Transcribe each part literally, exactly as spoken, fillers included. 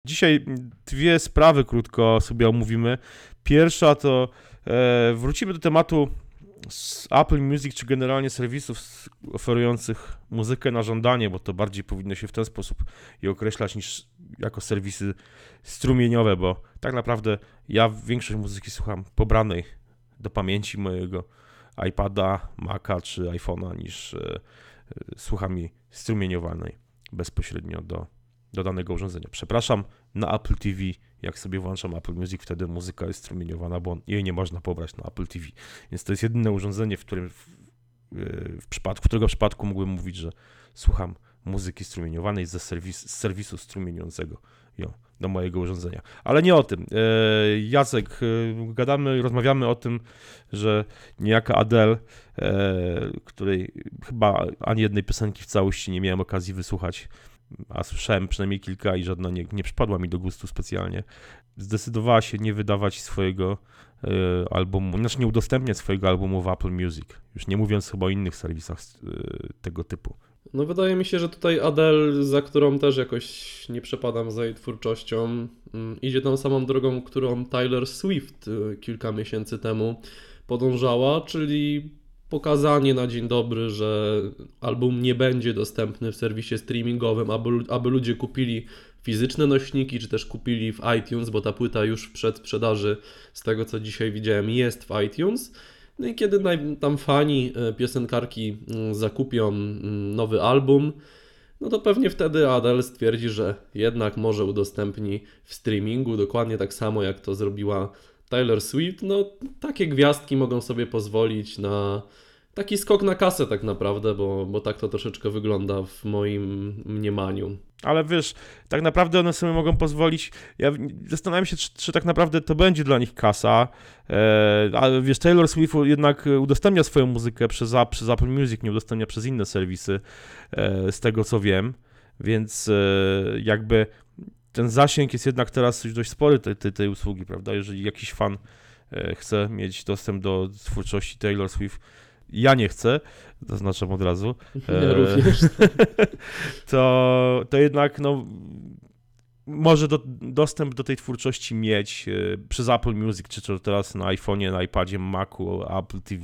Dzisiaj dwie sprawy krótko sobie omówimy. Pierwsza to e, wrócimy do tematu z Apple Music, czy generalnie serwisów oferujących muzykę na żądanie, bo to bardziej powinno się w ten sposób je określać niż jako serwisy strumieniowe, bo tak naprawdę ja większość muzyki słucham pobranej do pamięci mojego iPada, Maca czy iPhone'a niż e, słucham jej strumieniowanej bezpośrednio do do danego urządzenia. Przepraszam, na Apple T V, jak sobie włączam Apple Music, wtedy muzyka jest strumieniowana, bo jej nie można pobrać na Apple T V. Więc to jest jedyne urządzenie, w którym w, w przypadku, w którego przypadku mógłbym mówić, że słucham muzyki strumieniowanej ze serwis, z serwisu strumieniującego ją do mojego urządzenia. Ale nie o tym. E, Jacek, e, gadamy, rozmawiamy o tym, że niejaka Adele, e, której chyba ani jednej piosenki w całości nie miałem okazji wysłuchać, a słyszałem przynajmniej kilka i żadna nie, nie przypadła mi do gustu specjalnie, zdecydowała się nie wydawać swojego y, albumu, znaczy nie udostępniać swojego albumu w Apple Music, już nie mówiąc chyba o innych serwisach y, tego typu. No wydaje mi się, że tutaj Adele, za którą też jakoś nie przepadam za jej twórczością, idzie tą samą drogą, którą Taylor Swift kilka miesięcy temu podążała, czyli pokazanie na dzień dobry, że album nie będzie dostępny w serwisie streamingowym, aby, aby ludzie kupili fizyczne nośniki, czy też kupili w iTunes, bo ta płyta już w przedsprzedaży, z tego co dzisiaj widziałem, jest w iTunes. No i kiedy tam fani piosenkarki zakupią nowy album, no to pewnie wtedy Adele stwierdzi, że jednak może udostępni w streamingu, dokładnie tak samo jak to zrobiła Taylor Swift. No takie gwiazdki mogą sobie pozwolić na taki skok na kasę tak naprawdę, bo, bo tak to troszeczkę wygląda w moim mniemaniu. Ale wiesz, tak naprawdę one sobie mogą pozwolić, ja zastanawiam się, czy, czy tak naprawdę to będzie dla nich kasa, e, ale wiesz, Taylor Swift jednak udostępnia swoją muzykę przez, przez Apple Music, nie udostępnia przez inne serwisy, e, z tego co wiem, więc e, jakby ten zasięg jest jednak teraz już dość spory tej, tej, tej usługi, prawda, jeżeli jakiś fan e, chce mieć dostęp do twórczości Taylor Swift, ja nie chcę, zaznaczam od razu, ja również. to, to jednak no, może do, dostęp do tej twórczości mieć e, przez Apple Music, czy to teraz na iPhone'ie, na iPadzie, Macu, Apple T V,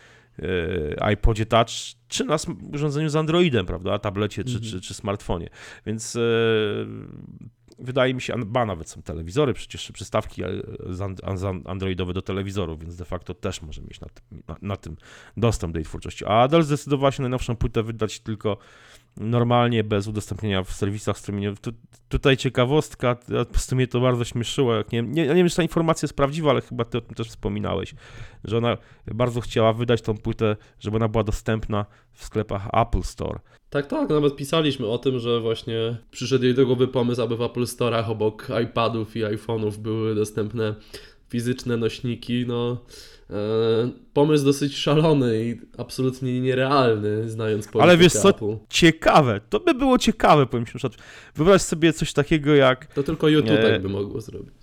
e, iPodzie Touch, czy na urządzeniu z Androidem, prawda, tablecie czy, mm-hmm. czy, czy smartfonie. Więc e, wydaje mi się, ba, nawet są telewizory, przecież przystawki androidowe do telewizorów, więc de facto też może mieć na, na, na tym dostęp do jej twórczości. A Adele zdecydowała się najnowszą płytę wydać tylko normalnie, bez udostępnienia w serwisach streamingowych. Tu, tutaj ciekawostka, po prostu mnie to bardzo śmieszyło. Jak nie, nie, ja nie wiem, czy ta informacja jest prawdziwa, ale chyba ty o tym też wspominałeś, że ona bardzo chciała wydać tą płytę, żeby ona była dostępna w sklepach Apple Store. Tak, tak, nawet pisaliśmy o tym, że właśnie przyszedł jej do głowy pomysł, aby w Apple Store'ach obok iPadów i iPhone'ów były dostępne fizyczne nośniki. No, e, pomysł dosyć szalony i absolutnie nierealny, znając politykę Ale wiesz co, Apple. Ciekawe, to by było ciekawe, powiem ci, wyobraź sobie coś takiego jak... To tylko YouTube e... tak by mogło zrobić.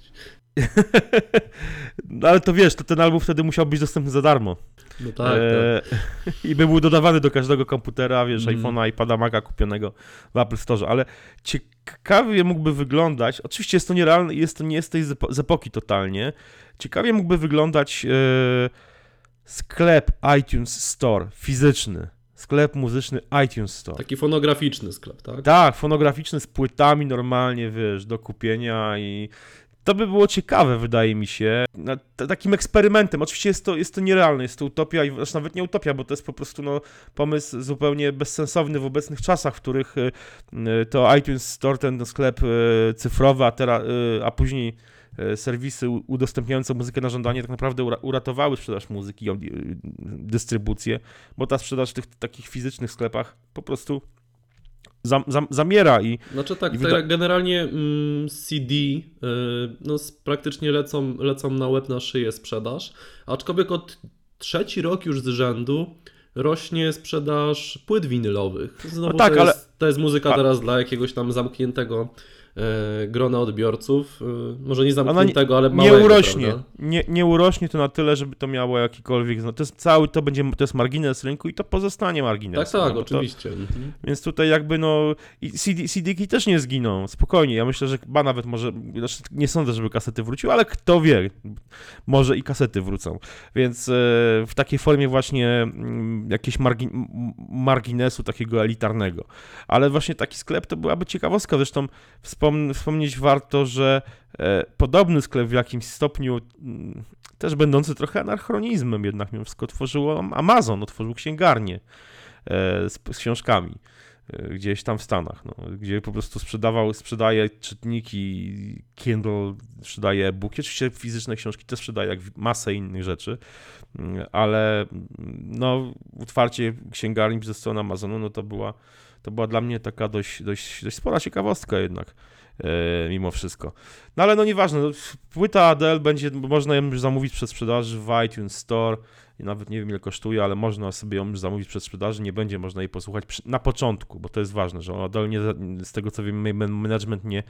No ale to wiesz, to ten album wtedy musiał być dostępny za darmo. No tak, e... tak. I by był dodawany do każdego komputera, wiesz, mm. iPhone'a, iPada, Maca kupionego w Apple Store, ale ciekawie mógłby wyglądać, oczywiście jest to nierealne, jest to nie jest tej z epoki totalnie, ciekawie mógłby wyglądać e, sklep iTunes Store, fizyczny. Sklep muzyczny iTunes Store. Taki fonograficzny sklep, tak? Tak, fonograficzny z płytami normalnie, wiesz, do kupienia i to by było ciekawe, wydaje mi się, takim eksperymentem. Oczywiście jest to, jest to nierealne, jest to utopia, i znaczy nawet nie utopia, bo to jest po prostu no, pomysł zupełnie bezsensowny w obecnych czasach, w których to iTunes Store, ten sklep cyfrowy, a, teraz, a później serwisy udostępniające muzykę na żądanie tak naprawdę uratowały sprzedaż muzyki, dystrybucję, bo ta sprzedaż w tych takich fizycznych sklepach po prostu Zam, zam, zamiera i... Znaczy tak, i wyda- generalnie mm, C D yy, no, praktycznie lecą, lecą na łeb na szyję sprzedaż, aczkolwiek od trzeci rok już z rzędu rośnie sprzedaż płyt winylowych. Znowu no tak, to, jest, ale... to jest muzyka teraz A... dla jakiegoś tam zamkniętego e, grona odbiorców, e, może nie Ona nie, zamkniętego, ale nie małego, urośnie. prawda? Nie, nie urośnie to na tyle, żeby to miało jakikolwiek. No to jest cały, to będzie, to jest margines rynku i to pozostanie marginesem. Tak, tak, no, bo oczywiście. To, mhm. więc tutaj jakby no i C D, C D-ki też nie zginą, spokojnie. Ja myślę, że ba nawet może, znaczy nie sądzę, żeby kasety wróciły, ale kto wie, może i kasety wrócą. Więc e, w takiej formie właśnie mm, jakiegoś margi, marginesu takiego elitarnego. Ale właśnie taki sklep to byłaby ciekawostka. Zresztą wspom, wspomnieć warto, że e, podobny sklep w jakimś stopniu m, też będący trochę anachronizmem jednak mimo wszystko otworzyło Amazon, otworzył księgarnię e, z, z książkami e, gdzieś tam w Stanach, no, gdzie po prostu sprzedawał, sprzedaje czytniki Kindle, sprzedaje e-booki, oczywiście fizyczne książki też sprzedaje, jak masę innych rzeczy, ale no otwarcie księgarni ze strony Amazonu, no to była to była dla mnie taka dość, dość, dość spora ciekawostka jednak, e, mimo wszystko. No ale no nieważne, no, płyta Adele będzie, można ją już zamówić przed sprzedaży w iTunes Store, i nawet nie wiem ile kosztuje, ale można sobie ją już zamówić przed sprzedaży, nie będzie można jej posłuchać przy, na początku, bo to jest ważne, że Adele nie, z tego co wiem, management nie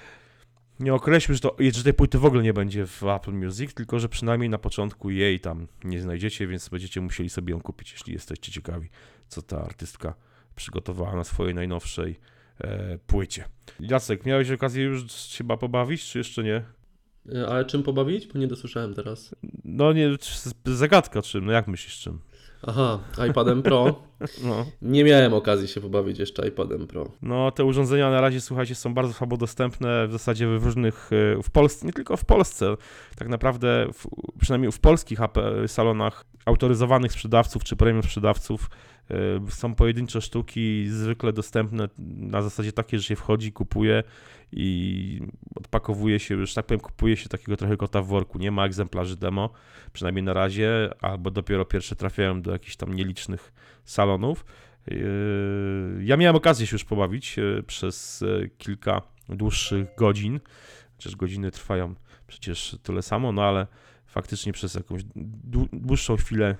nie określił, że, to, że tej płyty w ogóle nie będzie w Apple Music, tylko że przynajmniej na początku jej tam nie znajdziecie, więc będziecie musieli sobie ją kupić, jeśli jesteście ciekawi, co ta artystka przygotowała na swojej najnowszej e, płycie. Jacek, miałeś okazję już się chyba pobawić, czy jeszcze nie? E, Ale czym pobawić? Bo nie dosłyszałem teraz. No nie, zagadka czym, no jak myślisz czym? Aha, iPadem Pro. No. Nie miałem okazji się pobawić jeszcze iPadem Pro. No, te urządzenia na razie, słuchajcie, są bardzo słabo dostępne w zasadzie w różnych, w Polsce, nie tylko w Polsce, tak naprawdę w, przynajmniej w polskich salonach autoryzowanych sprzedawców czy premium sprzedawców są pojedyncze sztuki zwykle dostępne na zasadzie takiej, że się wchodzi, kupuje i odpakowuje się, już tak powiem, kupuje się takiego trochę kota w worku, nie ma egzemplarzy demo, przynajmniej na razie, albo dopiero pierwsze trafiają do jakichś tam nielicznych salonów. Ja miałem okazję się już pobawić przez kilka dłuższych godzin, chociaż godziny trwają przecież tyle samo, no ale faktycznie przez jakąś dłuższą chwilę,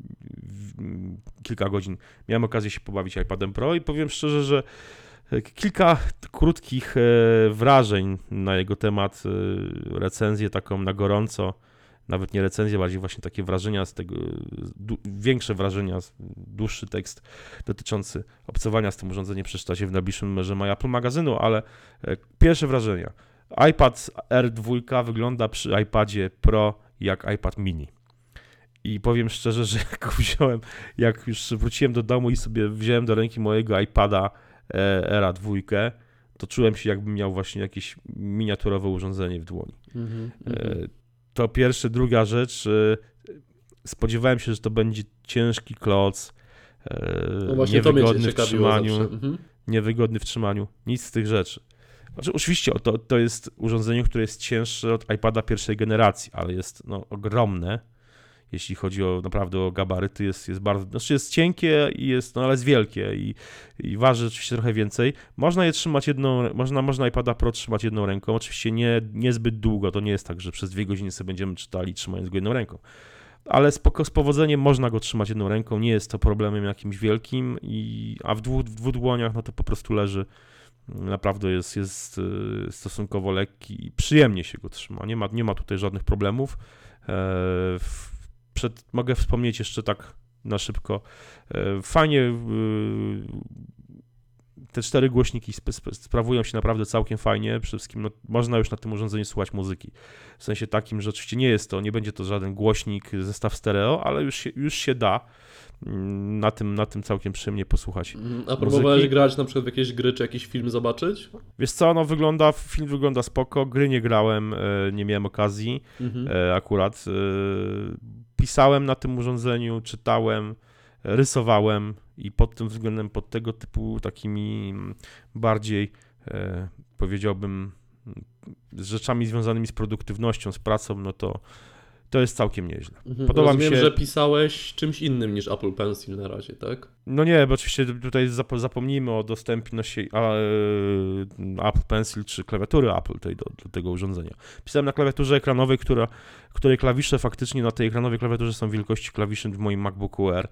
kilka godzin, miałem okazję się pobawić iPadem Pro i powiem szczerze, że kilka krótkich wrażeń na jego temat, recenzję taką na gorąco, nawet nie recenzję, bardziej właśnie takie wrażenia z tego, większe wrażenia, dłuższy tekst dotyczący obcowania z tym urządzeniem przeczytacie w najbliższym numerze My Apple magazynu, ale pierwsze wrażenia. iPad R dwa wygląda przy iPadzie Pro jak iPad mini. I powiem szczerze, że jak wziąłem, jak już wróciłem do domu i sobie wziąłem do ręki mojego iPada R dwa, to czułem się, jakbym miał właśnie jakieś miniaturowe urządzenie w dłoni. Mm-hmm, mm-hmm. To pierwsza, druga rzecz, spodziewałem się, że to będzie ciężki kloc, no niewygodny w trzymaniu, mhm. niewygodny w trzymaniu, nic z tych rzeczy. Znaczy, oczywiście to, to jest urządzenie, które jest cięższe od iPada pierwszej generacji, ale jest no, ogromne, jeśli chodzi o naprawdę o gabaryty, jest, jest bardzo, znaczy jest cienkie i jest, no ale jest wielkie i, i waży oczywiście trochę więcej. Można je trzymać jedną, można, można iPada Pro trzymać jedną ręką, oczywiście nie, niezbyt długo, to nie jest tak, że przez dwie godziny sobie będziemy czytali trzymając go jedną ręką. Ale spoko, z powodzeniem można go trzymać jedną ręką, nie jest to problemem jakimś wielkim, i, a w dwóch, w dwóch dłoniach no to po prostu leży, naprawdę jest, jest stosunkowo lekki i przyjemnie się go trzyma, nie ma, nie ma tutaj żadnych problemów. Przed, mogę wspomnieć jeszcze tak na szybko, fajnie te cztery głośniki sp- sp- sprawują się naprawdę całkiem fajnie, przede wszystkim no, można już na tym urządzeniu słuchać muzyki, w sensie takim, że oczywiście nie jest to, nie będzie to żaden głośnik, zestaw stereo, ale już się, już się da na tym, na tym całkiem przyjemnie posłuchać A próbowałeś muzyki. grać na przykład w jakieś gry, czy jakiś film zobaczyć? Wiesz co, no wygląda, film wygląda spoko, gry nie grałem, nie miałem okazji mhm. akurat, pisałem na tym urządzeniu, czytałem, rysowałem i pod tym względem, pod tego typu takimi bardziej, e, powiedziałbym, z rzeczami związanymi z produktywnością, z pracą, no to to jest całkiem nieźle. Podoba Rozumiem, mi się, że pisałeś czymś innym niż Apple Pencil na razie, tak? No nie, bo oczywiście tutaj zapomnijmy o dostępności a, Apple Pencil czy klawiatury Apple tej, do, do tego urządzenia. Pisałem na klawiaturze ekranowej, która, której klawisze faktycznie na tej ekranowej klawiaturze są wielkości klawiszy w moim MacBooku Air.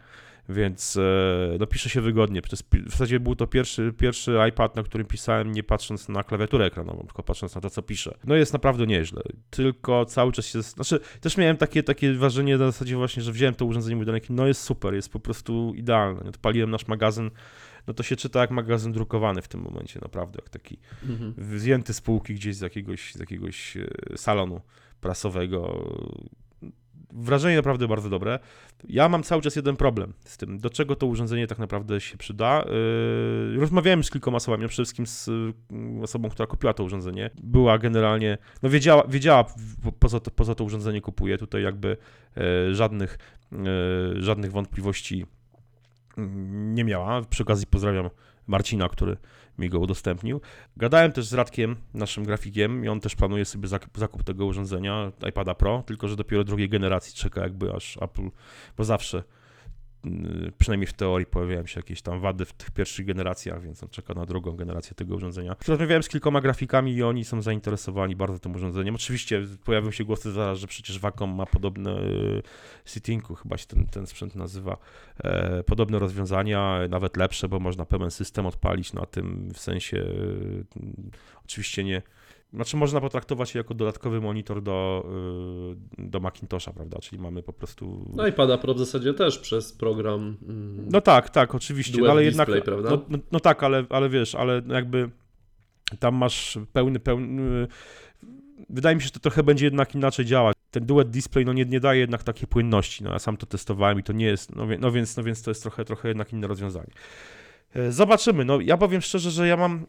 więc e, no pisze się wygodnie. Przez, w zasadzie był to pierwszy, pierwszy iPad, na którym pisałem nie patrząc na klawiaturę ekranową, tylko patrząc na to, co piszę. No jest naprawdę nieźle, tylko cały czas się, znaczy też miałem takie, takie wrażenie na zasadzie właśnie, że wziąłem to urządzenie i mówię, no jest super, jest po prostu idealne. Odpaliłem nasz magazyn, no to się czyta jak magazyn drukowany w tym momencie, naprawdę, jak taki Mhm. wzięty z półki gdzieś z jakiegoś, z jakiegoś salonu prasowego. Wrażenie naprawdę bardzo dobre. Ja mam cały czas jeden problem z tym, do czego to urządzenie tak naprawdę się przyda. Yy, rozmawiałem z kilkoma osobami, no przede wszystkim z yy, osobą, która kupiła to urządzenie. Była generalnie, no wiedziała, wiedziała po co to, po co to urządzenie kupuje. Tutaj jakby yy, żadnych, yy, żadnych wątpliwości yy, nie miała. Przy okazji pozdrawiam Marcina, który mi go udostępnił. Gadałem też z Radkiem, naszym grafikiem, i on też planuje sobie zakup, zakup tego urządzenia, iPada Pro, tylko że dopiero drugiej generacji czeka jakby aż Apple, bo zawsze, przynajmniej w teorii, pojawiają się jakieś tam wady w tych pierwszych generacjach, więc on czeka na drugą generację tego urządzenia. Rozmawiałem z kilkoma grafikami i oni są zainteresowani bardzo tym urządzeniem. Oczywiście pojawią się głosy zaraz, że przecież Wacom ma podobne, Citynku chyba się ten, ten sprzęt nazywa, e, podobne rozwiązania, nawet lepsze, bo można pełen system odpalić na tym, w sensie e, oczywiście nie. Znaczy można potraktować je jako dodatkowy monitor do, do Macintosha, prawda, czyli mamy po prostu... No iPada Pro w zasadzie też przez program... Mm, no tak, tak, oczywiście, no, ale display, jednak... prawda? No, no, no tak, ale, ale wiesz, ale jakby tam masz pełny, pełny... Wydaje mi się, że to trochę będzie jednak inaczej działać. Ten duet display no nie, nie daje jednak takiej płynności, no ja sam to testowałem i to nie jest, no, no, więc, no więc to jest trochę, trochę jednak inne rozwiązanie. Zobaczymy, no ja powiem szczerze, że ja mam...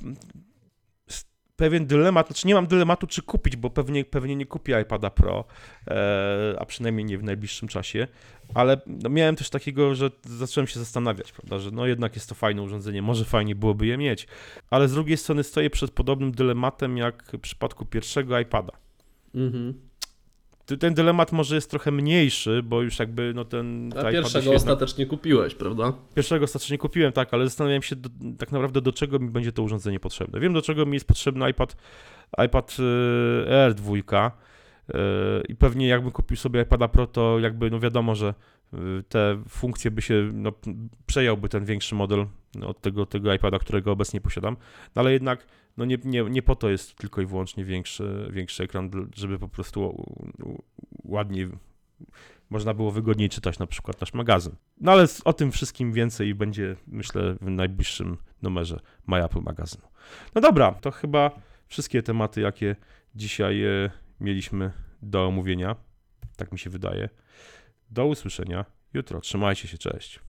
pewien dylemat, znaczy nie mam dylematu, czy kupić, bo pewnie, pewnie nie kupię iPada Pro, e, a przynajmniej nie w najbliższym czasie, ale no miałem też takiego, że zacząłem się zastanawiać, prawda, że no jednak jest to fajne urządzenie, może fajnie byłoby je mieć, ale z drugiej strony stoję przed podobnym dylematem jak w przypadku pierwszego iPada. Mhm. Ten dylemat może jest trochę mniejszy, bo już jakby no ten... A pierwszego ostatecznie jednak... kupiłeś, prawda? Pierwszego ostatecznie kupiłem, tak, ale zastanawiam się do, tak naprawdę do czego mi będzie to urządzenie potrzebne. Wiem do czego mi jest potrzebny iPad, iPad Air dwa yy, i pewnie jakbym kupił sobie iPada Pro, to jakby no wiadomo, że te funkcje by się, no przejąłby ten większy model od tego, tego iPada, którego obecnie posiadam, no ale jednak no nie, nie, nie po to jest tylko i wyłącznie większy, większy ekran, żeby po prostu ładniej można było wygodniej czytać na przykład nasz magazyn. No ale o tym wszystkim więcej będzie, myślę, w najbliższym numerze My Apple magazynu. No dobra, to chyba wszystkie tematy, jakie dzisiaj mieliśmy do omówienia, tak mi się wydaje. Do usłyszenia jutro. Trzymajcie się, cześć.